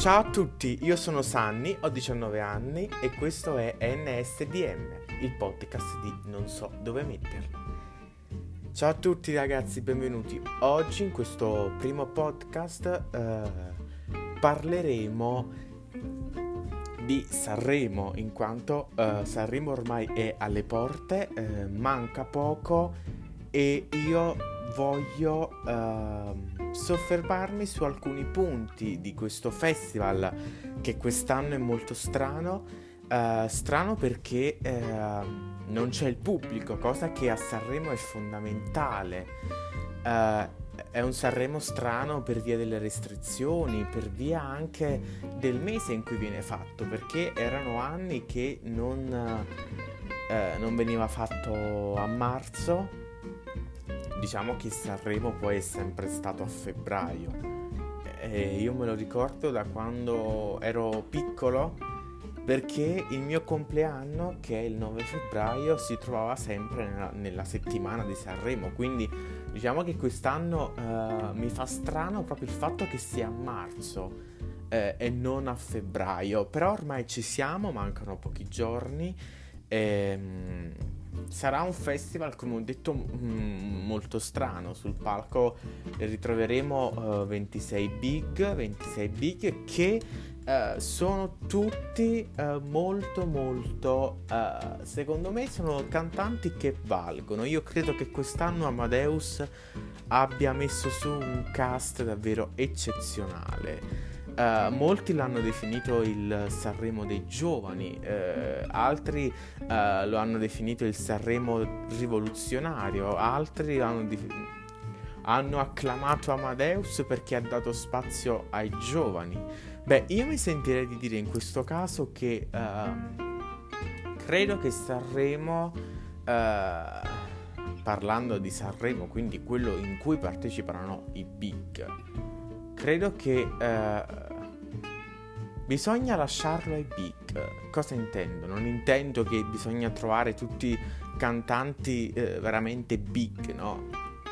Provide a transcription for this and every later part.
Ciao a tutti, io sono Sanni, ho 19 anni e questo è NSDM, il podcast di Non so dove metterli. Ciao a tutti ragazzi, benvenuti. Oggi in questo primo podcast parleremo di Sanremo, in quanto Sanremo ormai è alle porte, manca poco e io voglio soffermarmi su alcuni punti di questo festival che quest'anno è molto strano perché non c'è il pubblico, cosa che a Sanremo è fondamentale. È un Sanremo strano per via delle restrizioni, per via anche del mese in cui viene fatto, perché erano anni che non veniva fatto a marzo. Diciamo che Sanremo poi è sempre stato a febbraio e io me lo ricordo da quando ero piccolo, perché il mio compleanno, che è il 9 febbraio, si trovava sempre nella settimana di Sanremo, quindi diciamo che quest'anno mi fa strano proprio il fatto che sia a marzo e non a febbraio, però ormai ci siamo, mancano pochi giorni. Sarà un festival, come ho detto, molto strano. Sul palco ritroveremo 26 big che sono tutti molto secondo me sono cantanti che valgono. Io credo che quest'anno Amadeus abbia messo su un cast davvero eccezionale. Molti l'hanno definito il Sanremo dei giovani, altri lo hanno definito il Sanremo rivoluzionario, altri hanno acclamato Amadeus perché ha dato spazio ai giovani. Beh, io mi sentirei di dire in questo caso che credo che Sanremo, parlando di Sanremo, quindi quello in cui partecipano i big, credo che bisogna lasciarlo ai big. Cosa intendo? Non intendo che bisogna trovare tutti cantanti veramente big, no?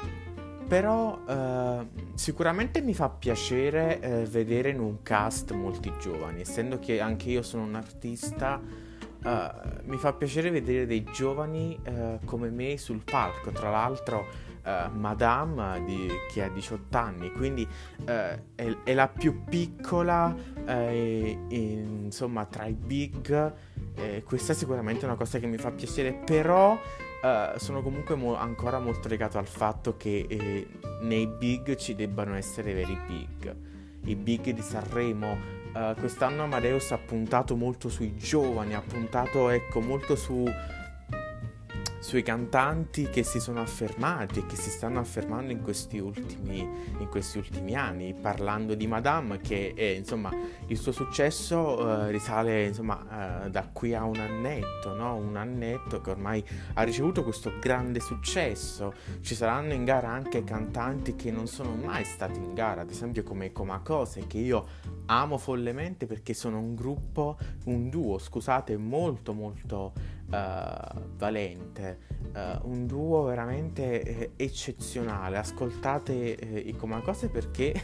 Però sicuramente mi fa piacere vedere in un cast molti giovani, essendo che anche io sono un artista. Mi fa piacere vedere dei giovani come me sul palco. Tra l'altro Madame che ha 18 anni, quindi è la più piccola insomma tra i big. Questa è sicuramente una cosa che mi fa piacere, però sono comunque ancora molto legato al fatto che nei big ci debbano essere veri big. I big di Sanremo, quest'anno Amadeus ha puntato molto sui giovani, ha puntato molto sui cantanti che si sono affermati e che si stanno affermando in questi ultimi anni, parlando di Madame, che insomma il suo successo risale insomma da qui a un annetto, no? Un annetto che ormai ha ricevuto questo grande successo. Ci saranno in gara anche cantanti che non sono mai stati in gara, ad esempio come Comacose, che io amo follemente perché sono un duo molto valente, un duo veramente eccezionale. Ascoltate i Comacose perché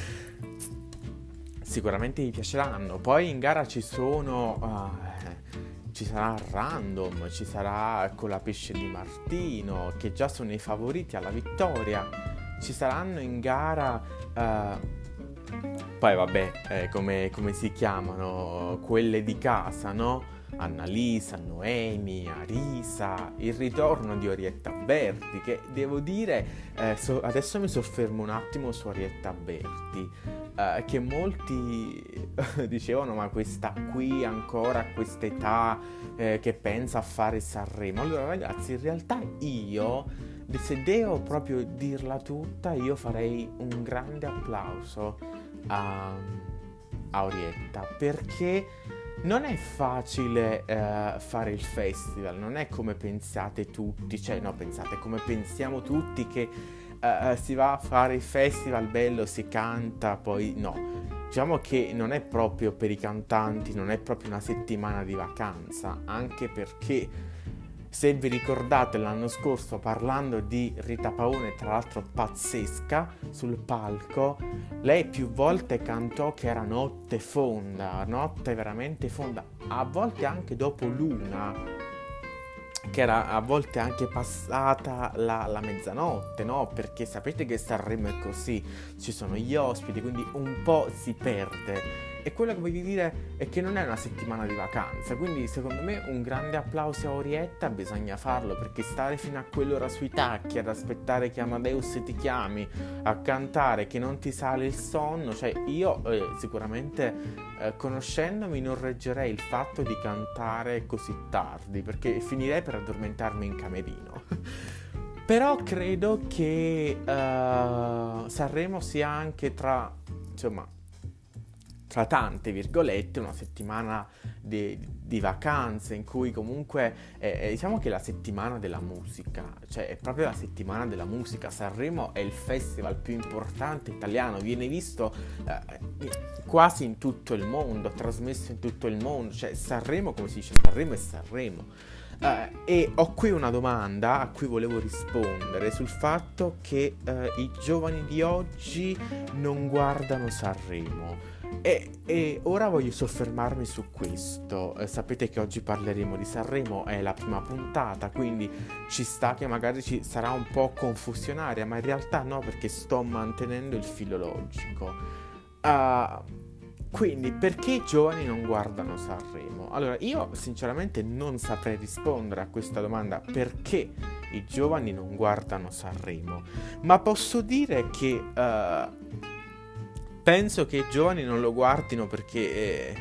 sicuramente vi piaceranno. Poi in gara ci sarà Random, ci sarà Colapesce di Martino, che già sono i favoriti alla vittoria. Ci saranno in gara poi vabbè, come si chiamano quelle di casa, no? Annalisa, Noemi, Arisa, il ritorno di Orietta Berti, che devo dire, adesso mi soffermo un attimo su Orietta Berti, che molti dicevano: ma questa qui ancora a quest'età che pensa a fare Sanremo. Allora ragazzi, in realtà io, se devo proprio dirla tutta, io farei un grande applauso a Orietta, perché non è facile fare il festival, non è come pensate tutti, come pensiamo tutti, che si va a fare il festival bello, si canta, poi no. Diciamo che non è proprio per i cantanti, non è proprio una settimana di vacanza, anche perché Se vi ricordate l'anno scorso parlando di Rita Pavone, tra l'altro pazzesca, sul palco, lei più volte cantò che era notte fonda, notte veramente fonda, a volte anche dopo l'una, che era a volte anche passata la mezzanotte, no? Perché sapete che Sanremo è così, ci sono gli ospiti, quindi un po' si perde. E quello che voglio dire è che non è una settimana di vacanza, quindi secondo me un grande applauso a Orietta bisogna farlo, perché stare fino a quell'ora sui tacchi, ad aspettare che Amadeus ti chiami, a cantare, che non ti sale il sonno, cioè io sicuramente conoscendomi non reggerei il fatto di cantare così tardi, perché finirei per addormentarmi in camerino. Però credo che Sanremo sia anche tra tante virgolette, una settimana di vacanze in cui comunque diciamo che è la settimana della musica, cioè è proprio la settimana della musica. Sanremo è il festival più importante italiano, viene visto quasi in tutto il mondo, trasmesso in tutto il mondo, cioè Sanremo, come si dice, Sanremo è Sanremo. E ho qui una domanda a cui volevo rispondere sul fatto che i giovani di oggi non guardano Sanremo. E ora voglio soffermarmi su questo. Sapete che oggi parleremo di Sanremo, è la prima puntata, quindi ci sta che magari ci sarà un po' confusionaria, ma in realtà no, perché sto mantenendo il filo logico. Quindi, perché i giovani non guardano Sanremo? Allora, io sinceramente non saprei rispondere a questa domanda, perché i giovani non guardano Sanremo, ma posso dire che penso che i giovani non lo guardino perché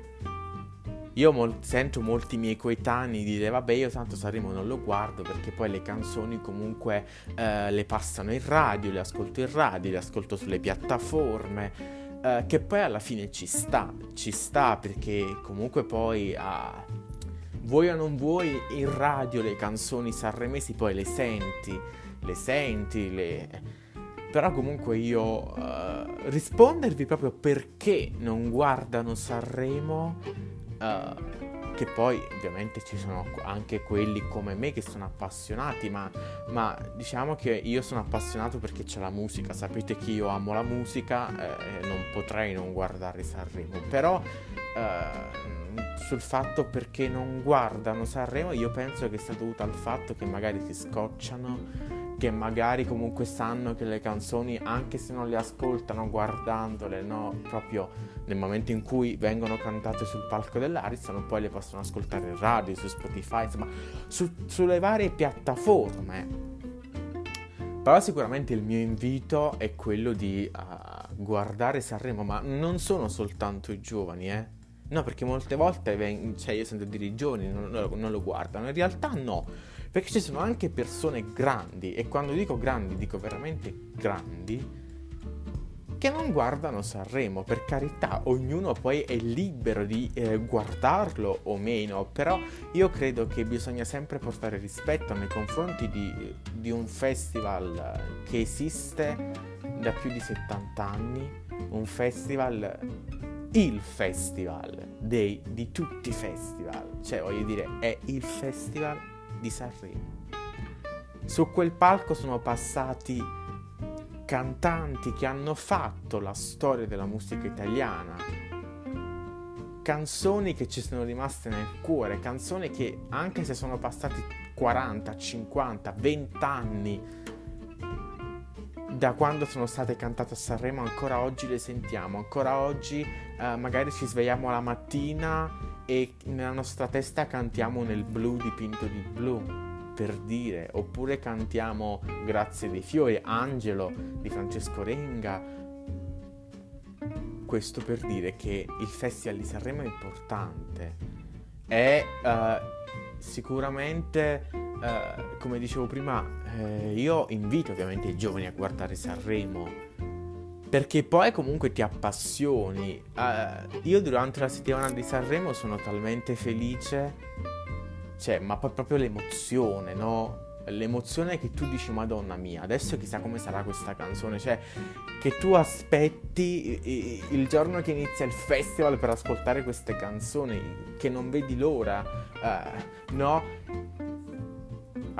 io sento molti miei coetanei dire vabbè, io tanto Sanremo non lo guardo perché poi le canzoni comunque le passano in radio, le ascolto in radio, le ascolto sulle piattaforme, che poi alla fine ci sta perché comunque poi vuoi o non vuoi in radio le canzoni sanremesi poi le senti, però comunque io rispondervi proprio perché non guardano Sanremo, che poi ovviamente ci sono anche quelli come me che sono appassionati, ma diciamo che io sono appassionato perché c'è la musica, sapete che io amo la musica, non potrei non guardare Sanremo, però sul fatto perché non guardano Sanremo io penso che sia dovuto al fatto che magari si scocciano, che magari comunque sanno che le canzoni, anche se non le ascoltano guardandole, no, proprio nel momento in cui vengono cantate sul palco dell'Ariston, poi le possono ascoltare in radio, su Spotify, insomma, sulle varie piattaforme. Però sicuramente il mio invito è quello di guardare Sanremo, ma non sono soltanto i giovani, No, perché molte volte io sento dire i giovani non lo guardano, in realtà no, perché ci sono anche persone grandi, e quando dico grandi dico veramente grandi, che non guardano Sanremo. Per carità, ognuno poi è libero di guardarlo o meno, però io credo che bisogna sempre portare rispetto nei confronti di un festival che esiste da più di 70 anni, un festival, il festival di tutti i festival, cioè voglio dire è il festival di Sanremo. Su quel palco sono passati cantanti che hanno fatto la storia della musica italiana, canzoni che ci sono rimaste nel cuore, canzoni che anche se sono passati 40, 50, 20 anni da quando sono state cantate a Sanremo, ancora oggi le sentiamo, ancora oggi magari ci svegliamo la mattina e nella nostra testa cantiamo Nel blu dipinto di blu, per dire, oppure cantiamo Grazie dei fiori, Angelo di Francesco Renga. Questo per dire che il Festival di Sanremo è importante, è sicuramente, come dicevo prima, io invito ovviamente i giovani a guardare Sanremo, perché poi comunque ti appassioni. Io durante la settimana di Sanremo sono talmente felice, cioè, ma poi proprio l'emozione, no? L'emozione che tu dici, Madonna mia, adesso chissà come sarà questa canzone, cioè che tu aspetti il giorno che inizia il festival per ascoltare queste canzoni, che non vedi l'ora, no?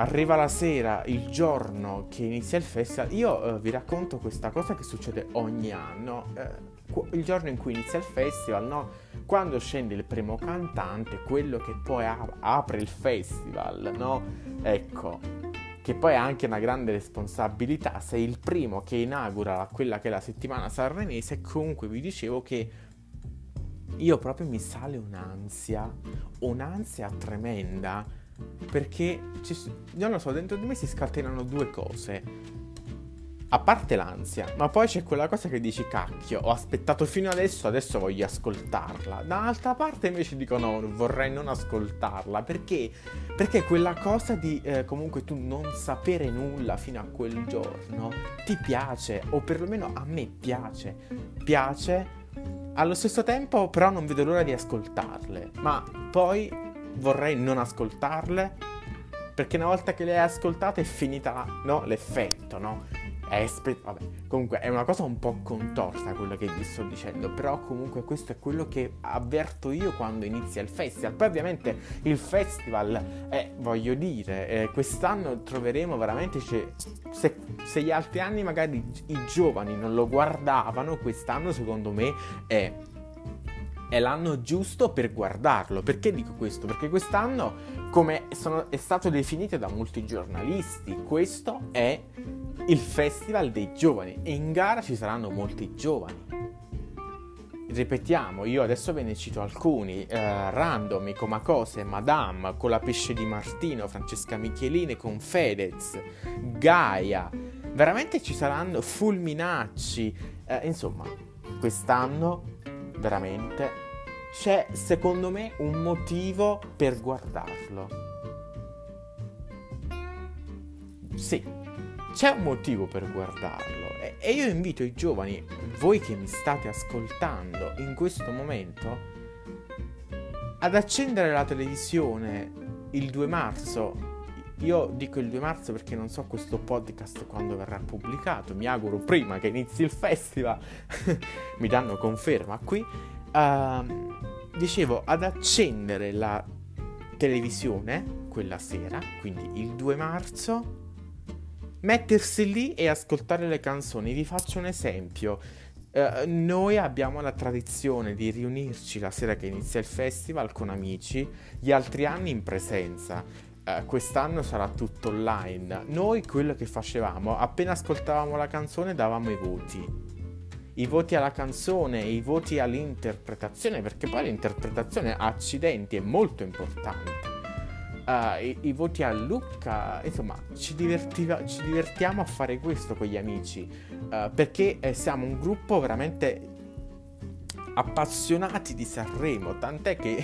arriva la sera, il giorno che inizia il festival. Io vi racconto questa cosa che succede ogni anno. Il giorno in cui inizia il festival, no? Quando scende il primo cantante, quello che poi apre il festival, no? Ecco, che poi è anche una grande responsabilità. Sei il primo che inaugura quella che è la settimana sanremese. E comunque vi dicevo che io proprio mi sale un'ansia tremenda, perché non lo so, dentro di me si scatenano due cose. A parte l'ansia, ma poi c'è quella cosa che dici: cacchio, ho aspettato fino adesso voglio ascoltarla. Dall'altra parte invece dico: no, vorrei non ascoltarla. Perché quella cosa di comunque tu non sapere nulla fino a quel giorno ti piace, o perlomeno a me piace. Allo stesso tempo però non vedo l'ora di ascoltarle, ma poi vorrei non ascoltarle, perché una volta che le hai ascoltate è finita, no, l'effetto, no? Vabbè, comunque è una cosa un po' contorta quello che vi sto dicendo, però comunque questo è quello che avverto io quando inizia il festival. Poi ovviamente il festival, voglio dire, quest'anno troveremo veramente, se gli altri anni magari i giovani non lo guardavano, quest'anno secondo me è l'anno giusto per guardarlo. Perché dico questo? Perché quest'anno, come è stato definito da molti giornalisti, questo è il festival dei giovani e in gara ci saranno molti giovani. Ripetiamo, io adesso ve ne cito alcuni: Random, Comacose, Madame, con la Pesce di Martino, Francesca Michelini con Fedez, Gaia, veramente ci saranno Fulminacci, insomma, quest'anno veramente c'è, secondo me, un motivo per guardarlo. Sì, c'è un motivo per guardarlo e io invito i giovani, voi che mi state ascoltando in questo momento, ad accendere la televisione il 2 marzo. Io dico il 2 marzo perché non so questo podcast quando verrà pubblicato, mi auguro prima che inizi il festival. Mi danno conferma qui. Dicevo, ad accendere la televisione quella sera, quindi il 2 marzo, mettersi lì e ascoltare le canzoni. Vi faccio un esempio. Noi abbiamo la tradizione di riunirci la sera che inizia il festival con amici, gli altri anni in presenza. Quest'anno sarà tutto online. Noi quello che facevamo, appena ascoltavamo la canzone davamo i voti alla canzone, i voti all'interpretazione, perché poi l'interpretazione, accidenti, è molto importante. I voti a Lucca, insomma, ci divertiamo a fare questo con gli amici, perché siamo un gruppo veramente appassionati di Sanremo, tant'è che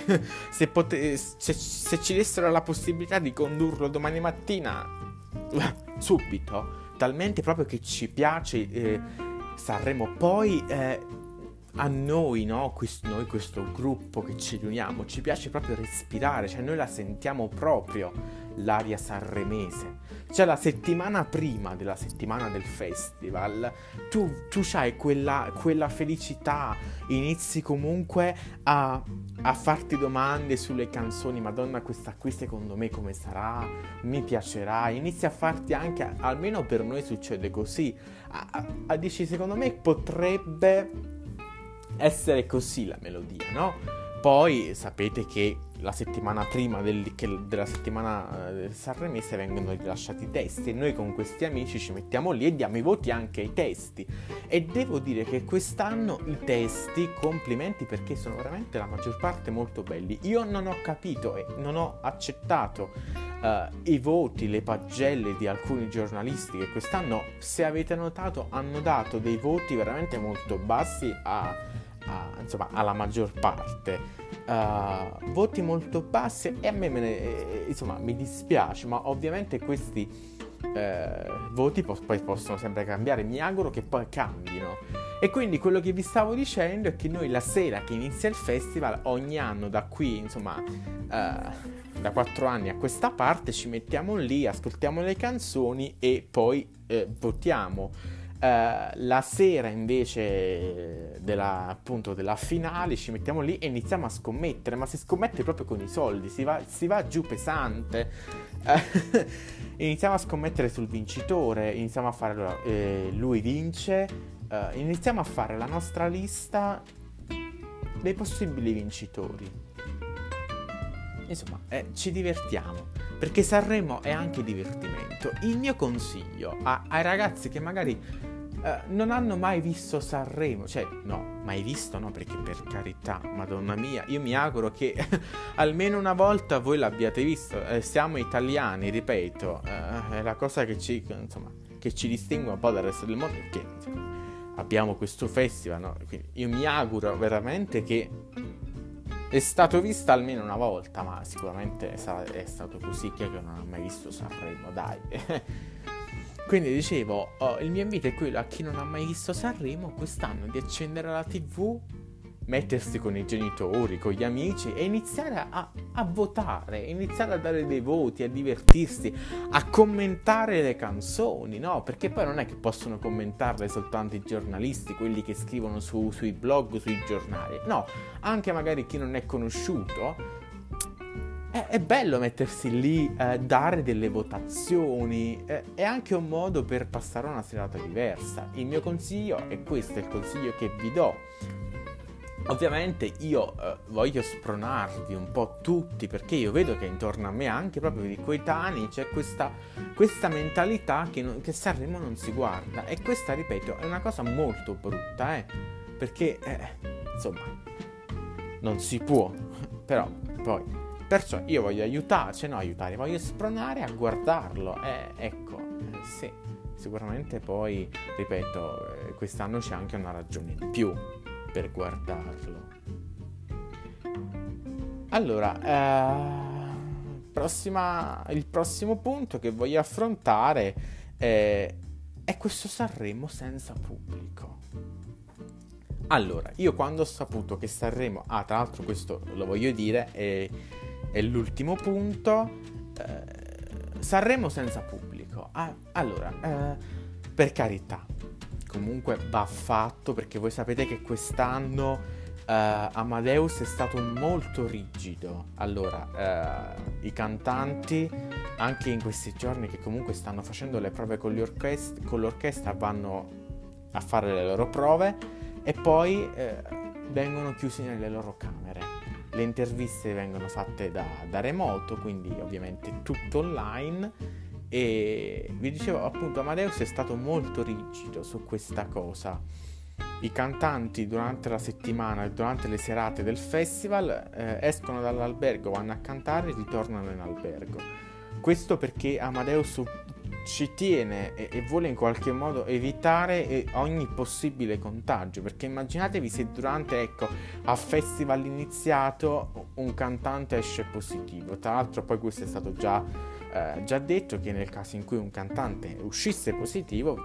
se ci dessero la possibilità di condurlo domani mattina, subito, talmente proprio che ci piace Sanremo. Poi a noi, no? Noi questo gruppo che ci riuniamo, ci piace proprio respirare, cioè noi la sentiamo proprio l'aria sanremese. Cioè la settimana prima della settimana del festival tu c'hai quella felicità, inizi comunque a farti domande sulle canzoni: Madonna, questa qui secondo me come sarà? Mi piacerà? Inizi a farti anche, almeno per noi succede così, dici secondo me potrebbe essere così la melodia, no? Poi sapete che la settimana prima della settimana sanremese vengono rilasciati i testi e noi con questi amici ci mettiamo lì e diamo i voti anche ai testi. E devo dire che quest'anno i testi, complimenti, perché sono veramente la maggior parte molto belli. Io non ho capito e non ho accettato i voti, le pagelle di alcuni giornalisti che quest'anno, se avete notato, hanno dato dei voti veramente molto bassi insomma alla maggior parte, voti molto bassi, e a me insomma mi dispiace, ma ovviamente questi voti poi possono sempre cambiare. Mi auguro che poi cambino. E quindi quello che vi stavo dicendo è che noi la sera che inizia il festival, ogni anno da qui, insomma, da 4 anni a questa parte, ci mettiamo lì, ascoltiamo le canzoni e poi votiamo. La sera invece appunto della finale ci mettiamo lì e iniziamo a scommettere, ma si scommette proprio con i soldi, si va giù pesante. Iniziamo a scommettere sul vincitore, iniziamo a fare, lui vince, iniziamo a fare la nostra lista dei possibili vincitori. Insomma, ci divertiamo, perché Sanremo è anche divertimento. Il mio consiglio ai ragazzi che magari non hanno mai visto Sanremo, cioè no, mai visto no, perché per carità, madonna mia, io mi auguro che almeno una volta voi l'abbiate visto. Siamo italiani, ripeto, è la cosa che ci distingue un po' dal resto del mondo, perché abbiamo questo festival, no? Quindi io mi auguro veramente che è stato visto almeno una volta, ma sicuramente è stato così. Chi è che non ha mai visto Sanremo, dai. Quindi dicevo, il mio invito è quello a chi non ha mai visto Sanremo quest'anno di accendere la TV, mettersi con i genitori, con gli amici e iniziare a votare, iniziare a dare dei voti, a divertirsi, a commentare le canzoni, no? Perché poi non è che possono commentarle soltanto i giornalisti, quelli che scrivono sui blog, sui giornali, no, anche magari chi non è conosciuto. È bello mettersi lì, dare delle votazioni, è anche un modo per passare una serata diversa. Il mio consiglio è questo, è il consiglio che vi do. Ovviamente io voglio spronarvi un po' tutti, perché io vedo che intorno a me, anche proprio di coetanei, c'è questa mentalità che Sanremo non si guarda, e questa, ripeto, è una cosa molto brutta, perché insomma non si può, però poi perciò io voglio aiutare, voglio spronare a guardarlo, sì, sicuramente poi, ripeto, quest'anno c'è anche una ragione in più per guardarlo. Allora, il prossimo punto che voglio affrontare è questo Sanremo senza pubblico. Allora, io quando ho saputo che Sanremo, tra l'altro questo lo voglio dire, è l'ultimo punto, Sanremo senza pubblico. Allora, per carità, comunque va fatto, perché voi sapete che quest'anno Amadeus è stato molto rigido. Allora, i cantanti, anche in questi giorni che comunque stanno facendo le prove con l'orchestra, vanno a fare le loro prove e poi vengono chiusi nelle loro camere. Le interviste vengono fatte da remoto, quindi ovviamente tutto online. E vi dicevo, appunto, Amadeus è stato molto rigido su questa cosa. I cantanti durante la settimana e durante le serate del festival escono dall'albergo, vanno a cantare e ritornano in albergo. Questo perché Amadeus ci tiene e vuole in qualche modo evitare ogni possibile contagio, perché immaginatevi se durante, a festival iniziato un cantante esce positivo. Tra l'altro poi questo è stato già detto, che nel caso in cui un cantante uscisse positivo,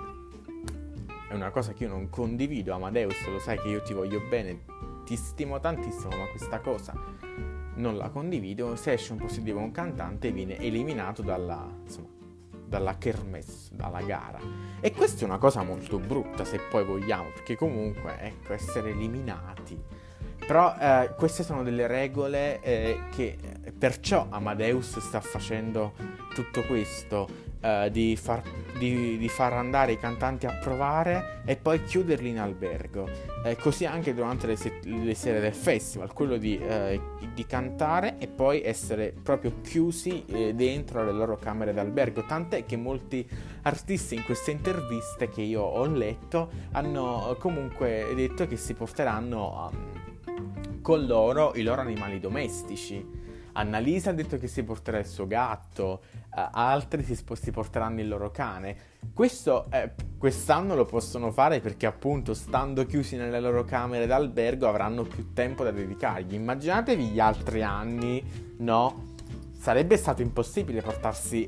è una cosa che io non condivido. Amadeus, lo sai che io ti voglio bene, ti stimo tantissimo, ma questa cosa non la condivido. Se esce un positivo un cantante, viene eliminato dalla kermesse, dalla gara, e questa è una cosa molto brutta, se poi vogliamo, perché comunque essere eliminati. Però queste sono delle regole che perciò Amadeus sta facendo tutto questo, di far andare i cantanti a provare e poi chiuderli in albergo, così anche durante le sere del festival, quello di cantare e poi essere proprio chiusi dentro le loro camere d'albergo. Tant'è che molti artisti in queste interviste che io ho letto hanno comunque detto che si porteranno con loro i loro animali domestici. Annalisa ha detto che si porterà il suo gatto, altri si porteranno il loro cane. Questo quest'anno lo possono fare perché, appunto, stando chiusi nelle loro camere d'albergo, avranno più tempo da dedicargli. Immaginatevi gli altri anni, no? Sarebbe stato impossibile portarsi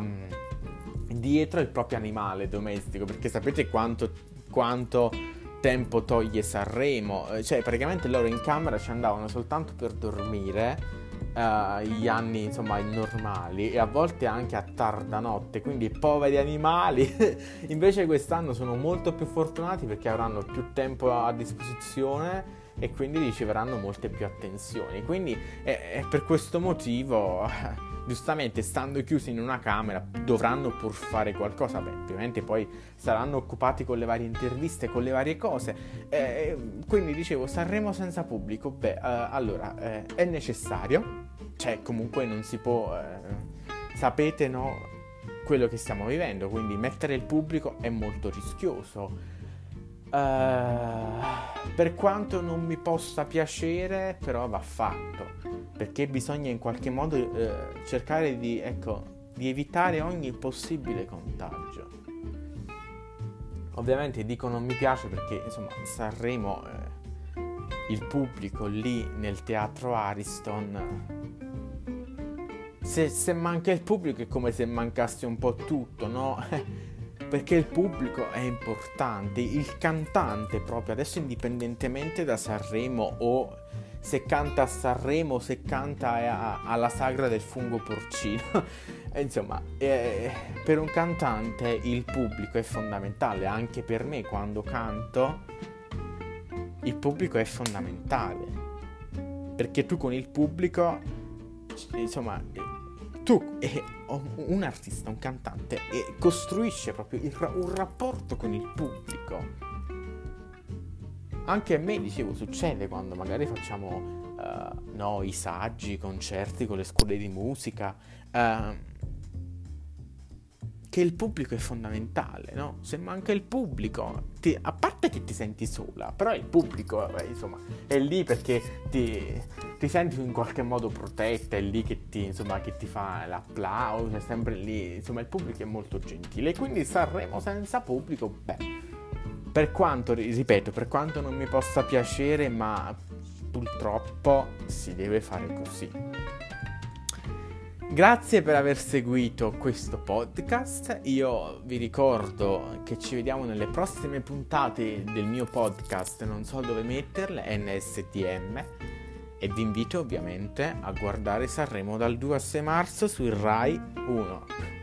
dietro il proprio animale domestico, perché sapete quanto tempo toglie Sanremo. Cioè, praticamente loro in camera ci andavano soltanto per dormire gli anni insomma normali e a volte anche a tarda notte, quindi poveri animali. Invece quest'anno sono molto più fortunati perché avranno più tempo a disposizione e quindi riceveranno molte più attenzioni, quindi è per questo motivo giustamente stando chiusi in una camera dovranno pur fare qualcosa. Beh, ovviamente poi saranno occupati con le varie interviste, con le varie cose, quindi dicevo Sanremo senza pubblico. Beh, allora è necessario, cioè comunque non si può, sapete, no, quello che stiamo vivendo, quindi mettere il pubblico è molto rischioso. Per quanto non mi possa piacere, però va fatto, perché bisogna in qualche modo cercare di evitare ogni possibile contagio. Ovviamente dico non mi piace perché insomma Sanremo, il pubblico lì nel teatro Ariston, se manca il pubblico è come se mancasse un po' tutto, no? Perché il pubblico è importante, il cantante proprio, adesso indipendentemente da Sanremo o se canta a Sanremo, se canta alla sagra del fungo porcino, insomma, per un cantante il pubblico è fondamentale, anche per me quando canto il pubblico è fondamentale, perché tu con il pubblico, insomma, tu un artista, un cantante, costruisce proprio un rapporto con il pubblico. Anche a me, dicevo, succede quando magari facciamo i saggi, i concerti con le scuole di musica, che il pubblico è fondamentale, no? Se manca il pubblico, a parte che ti senti sola, però il pubblico, insomma, è lì perché ti senti in qualche modo protetta, è lì che ti fa l'applauso, è sempre lì, insomma, il pubblico è molto gentile. E quindi Sanremo senza pubblico, beh, per quanto non mi possa piacere, ma purtroppo si deve fare così. Grazie per aver seguito questo podcast. Io vi ricordo che ci vediamo nelle prossime puntate del mio podcast, non so dove metterle, NSTM, e vi invito ovviamente a guardare Sanremo dal 2 al 6 marzo su Rai 1.